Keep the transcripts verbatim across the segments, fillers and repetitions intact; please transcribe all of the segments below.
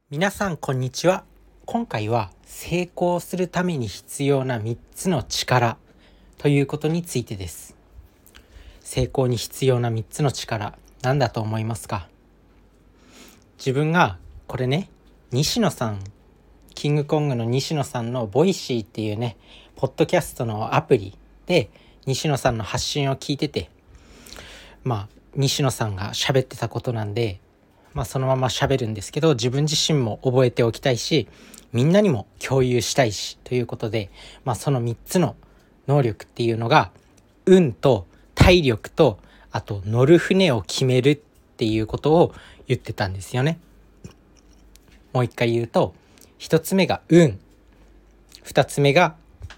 皆さんこんにちは。今回は成功するために必要なみっつの力ということについてです。成功に必要なみっつの力、何だと思いますか？自分がこれね、西野さん、キングコングの西野さんのボイシーっていうね、ポッドキャストのアプリで西野さんの発信を聞いてて、まあ西野さんが喋ってたことなんで、まあ、そのまま喋るんですけど、自分自身も覚えておきたいし、みんなにも共有したいしということで、まあ、そのみっつの能力っていうのが運と体力と、あと乗る船を決めるっていうことを言ってたんですよね。もう一回言うと、ひとつめが運、ふたつめが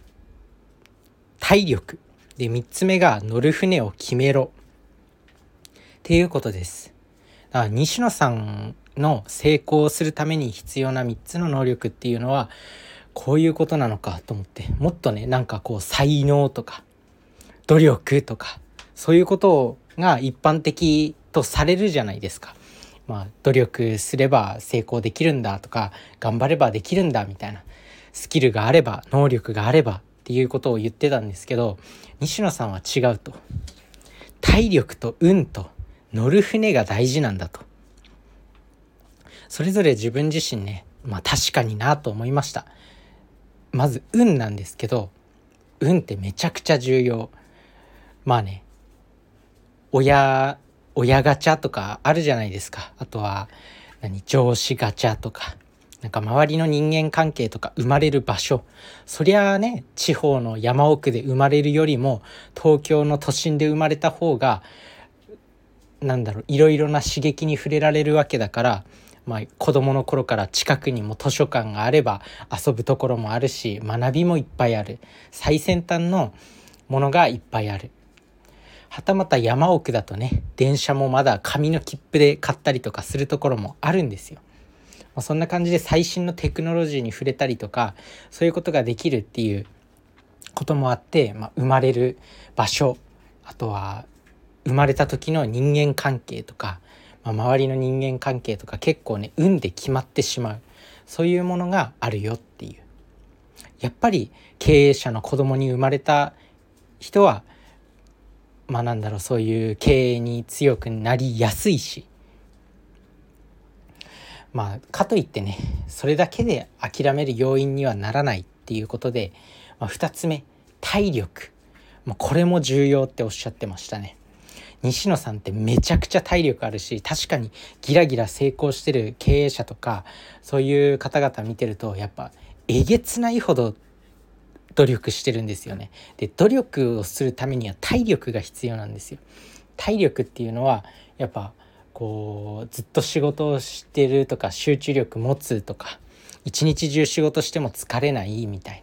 体力で、みっつめが乗る船を決めろっていうことです。あ、西野さんの成功するために必要なみっつの能力っていうのはこういうことなのかと思って、もっとね、なんかこう才能とか努力とかそういうことが一般的とされるじゃないですか。まあ努力すれば成功できるんだとか、頑張ればできるんだみたいな、スキルがあれば能力があればっていうことを言ってたんですけど、西野さんは違うと。体力と運と乗る船が大事なんだと。それぞれ自分自身ね、まあ確かになと思いました。まず運なんですけど、運ってめちゃくちゃ重要。まあね、親親ガチャとかあるじゃないですか。あとは何上司ガチャとか、なんか周りの人間関係とか生まれる場所、そりゃあね、地方の山奥で生まれるよりも東京の都心で生まれた方が、なんだろう、いろいろな刺激に触れられるわけだから、まあ、子供の頃から近くにも図書館があれば遊ぶところもあるし、学びもいっぱいある、最先端のものがいっぱいある。はたまた山奥だとね、電車もまだ紙の切符で買ったりとかするところもあるんですよ。まあ、そんな感じで最新のテクノロジーに触れたりとか、そういうことができるっていうこともあって、まあ、生まれる場所、あとは生まれた時の人間関係とか、まあ、周りの人間関係とか結構ね、運で決まってしまう、そういうものがあるよっていう。やっぱり経営者の子供に生まれた人は、まあなんだろう、そういう経営に強くなりやすいし、まあかといってね、それだけで諦める要因にはならないっていうことで、まあ、ふたつめ体力、まあ、これも重要っておっしゃってましたね。西野さんってめちゃくちゃ体力あるし、確かにギラギラ成功してる経営者とかそういう方々見てると、やっぱえげつないほど努力してるんですよね。で、努力をするためには体力が必要なんですよ。体力っていうのはやっぱこうずっと仕事をしてるとか、集中力持つとか、一日中仕事しても疲れないみたいな、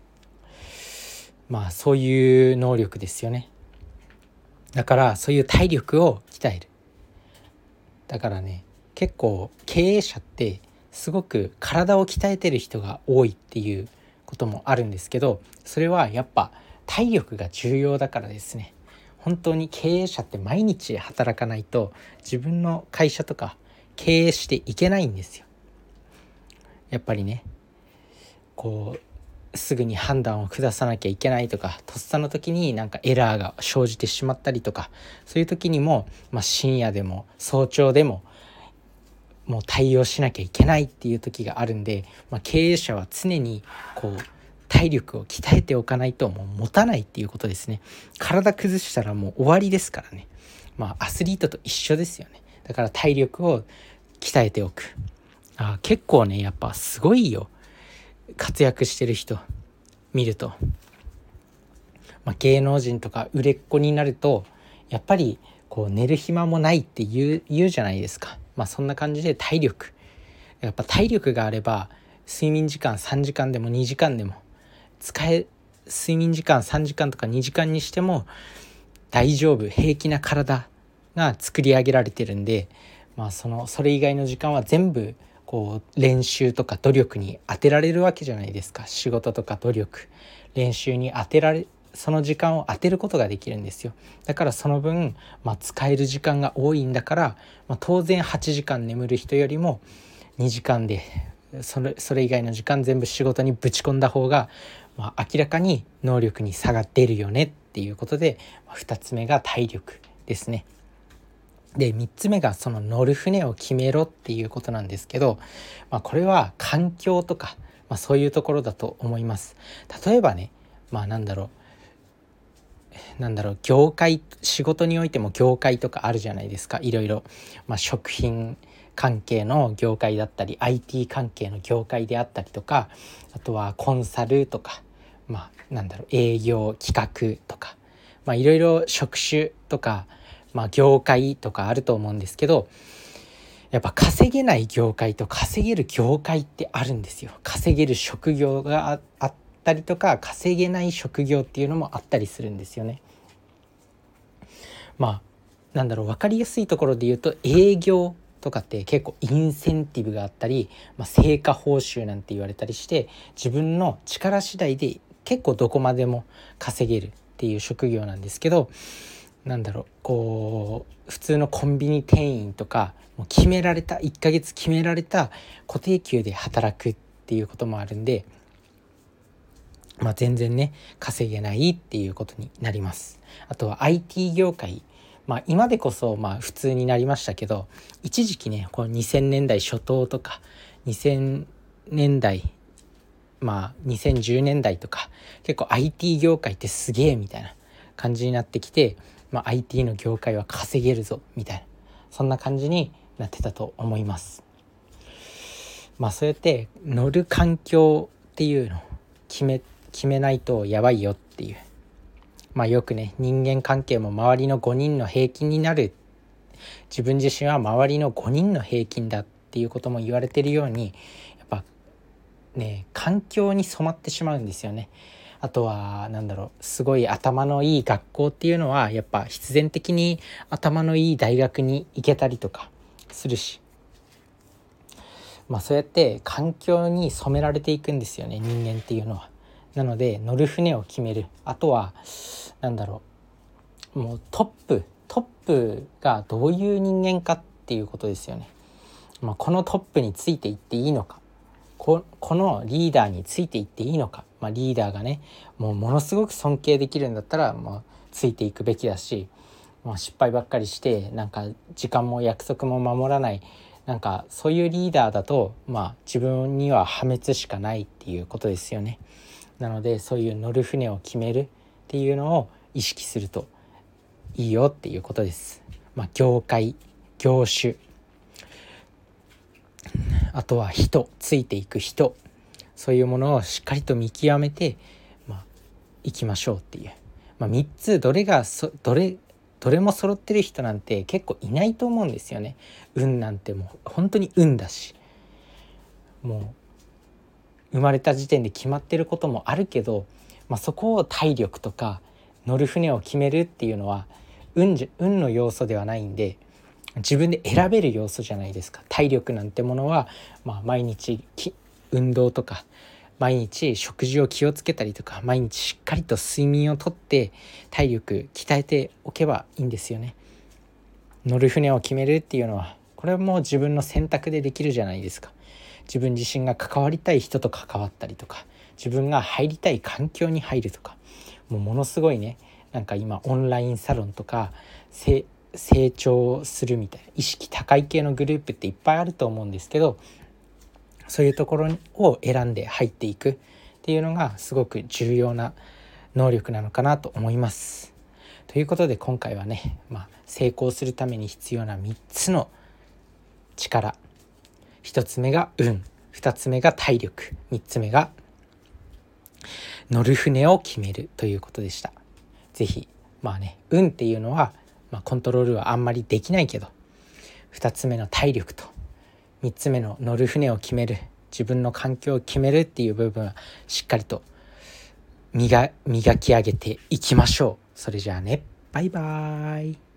まあそういう能力ですよね。だからそういう体力を鍛える。だからね、結構経営者ってすごく体を鍛えてる人が多いっていうこともあるんですけど、それはやっぱ体力が重要だからですね。本当に経営者って毎日働かないと自分の会社とか経営していけないんですよ。やっぱりね、こうすぐに判断を下さなきゃいけないとか、とっさの時になんかエラーが生じてしまったりとか、そういう時にも、まあ、深夜でも早朝でももう対応しなきゃいけないっていう時があるんで、まあ、経営者は常にこう体力を鍛えておかないともう持たないっていうことですね。体崩したらもう終わりですからね。まあアスリートと一緒ですよね。だから体力を鍛えておく。あ、結構ね、やっぱすごいよ、活躍してる人見ると。まあ、芸能人とか売れっ子になるとやっぱりこう寝る暇もないって言う、言うじゃないですか。まあそんな感じで体力、やっぱ体力があれば睡眠時間さんじかんでもにじかんでも使え、睡眠時間さんじかんとかにじかんにしても大丈夫、平気な体が作り上げられてるんで、まあそのそれ以外の時間は全部こう練習とか努力に当てられるわけじゃないですか。仕事とか努力、練習に当てられ、その時間を当てることができるんですよ。だからその分、まあ、使える時間が多いんだから、まあ、当然はちじかん眠る人よりもにじかんでそれ、それ以外の時間全部仕事にぶち込んだ方が、まあ、明らかに能力に差が出るよねっていうことで、ふたつめが体力ですね。でみっつめがその乗る船を決めろっていうことなんですけど、まあ、これは環境とか、まあ、そういうところだと思います。例えばね、まあなんだろうなんだろう業界、仕事においても業界とかあるじゃないですか。いろいろ、まあ、食品関係の業界だったり アイティー 関係の業界であったりとか、あとはコンサルとか、まあなんだろう営業企画とか、まあいろいろ職種とか、まあ業界とかあると思うんですけど、やっぱ稼げない業界と稼げる業界ってあるんですよ。稼げる職業が あ, あったりとか、稼げない職業っていうのもあったりするんですよね。まあなんだろう分かりやすいところで言うと、営業とかって結構インセンティブがあったり、まあ、成果報酬なんて言われたりして、自分の力次第で結構どこまでも稼げるっていう職業なんですけど、なんだろうこう普通のコンビニ店員とか、もう決められたいっかげつ決められた固定給で働くっていうこともあるんで、まあ、全然ね稼げないっていうことになります。あとは アイティー 業界、まあ、今でこそまあ普通になりましたけど、一時期ねこのにせんねんだい初頭とかにせんねんだい、まあにせんじゅうねんだいとか、結構 アイティー 業界ってすげえみたいな感じになってきて、まあ、アイティー の業界は稼げるぞみたいな、そんな感じになってたと思います。まあそうやって乗る環境っていうのを決め決めないとやばいよっていう、まあよくね人間関係も周りのごにんの平均になる、自分自身は周りのごにんの平均だっていうことも言われてるように、やっぱね環境に染まってしまうんですよね。あとはなんだろうすごい頭のいい学校っていうのはやっぱ必然的に頭のいい大学に行けたりとかするし、まあそうやって環境に染められていくんですよね、人間っていうのは。なので乗る船を決める、あとはなんだろうもうトップトップがどういう人間かっていうことですよね。まあ、このトップについていっていいのか、こ, このリーダーについていっていいのか、まあ、リーダーがねもうものすごく尊敬できるんだったら、まあ、ついていくべきだし、まあ、失敗ばっかりしてなんか時間も約束も守らない、なんかそういうリーダーだと、まあ、自分には破滅しかないっていうことですよね。なのでそういう乗る船を決めるっていうのを意識するといいよっていうことです。まあ、業界、業種、あとは人、ついていく人、そういうものをしっかりと見極めて、まあ、いきましょうっていう、まあ、みっつどれがそどれどれも揃ってる人なんて結構いないと思うんですよね。運なんてもう本当に運だし、もう生まれた時点で決まってることもあるけど、まあ、そこを体力とか乗る船を決めるっていうのは運じ運の要素ではないんで、自分で選べる要素じゃないですか。体力なんてものは、まあ、毎日運動とか毎日食事を気をつけたりとか、毎日しっかりと睡眠をとって体力鍛えておけばいいんですよね。乗る船を決めるっていうのはこれはもう自分の選択でできるじゃないですか。自分自身が関わりたい人と関わったりとか、自分が入りたい環境に入るとか、もうものすごいね、なんか今オンラインサロンとか成長するみたいな意識高い系のグループっていっぱいあると思うんですけど、そういうところを選んで入っていくっていうのがすごく重要な能力なのかなと思います。ということで今回はね、まあ、成功するために必要なみっつの力、ひとつめが運、ふたつめが体力、みっつめが乗る船を決めるということでした。ぜひまあね、運っていうのは、まあ、コントロールはあんまりできないけど、ふたつめの体力とみっつめの乗る船を決める、自分の環境を決めるっていう部分はしっかりと磨、磨き上げていきましょう。それじゃあね、バイバーイ。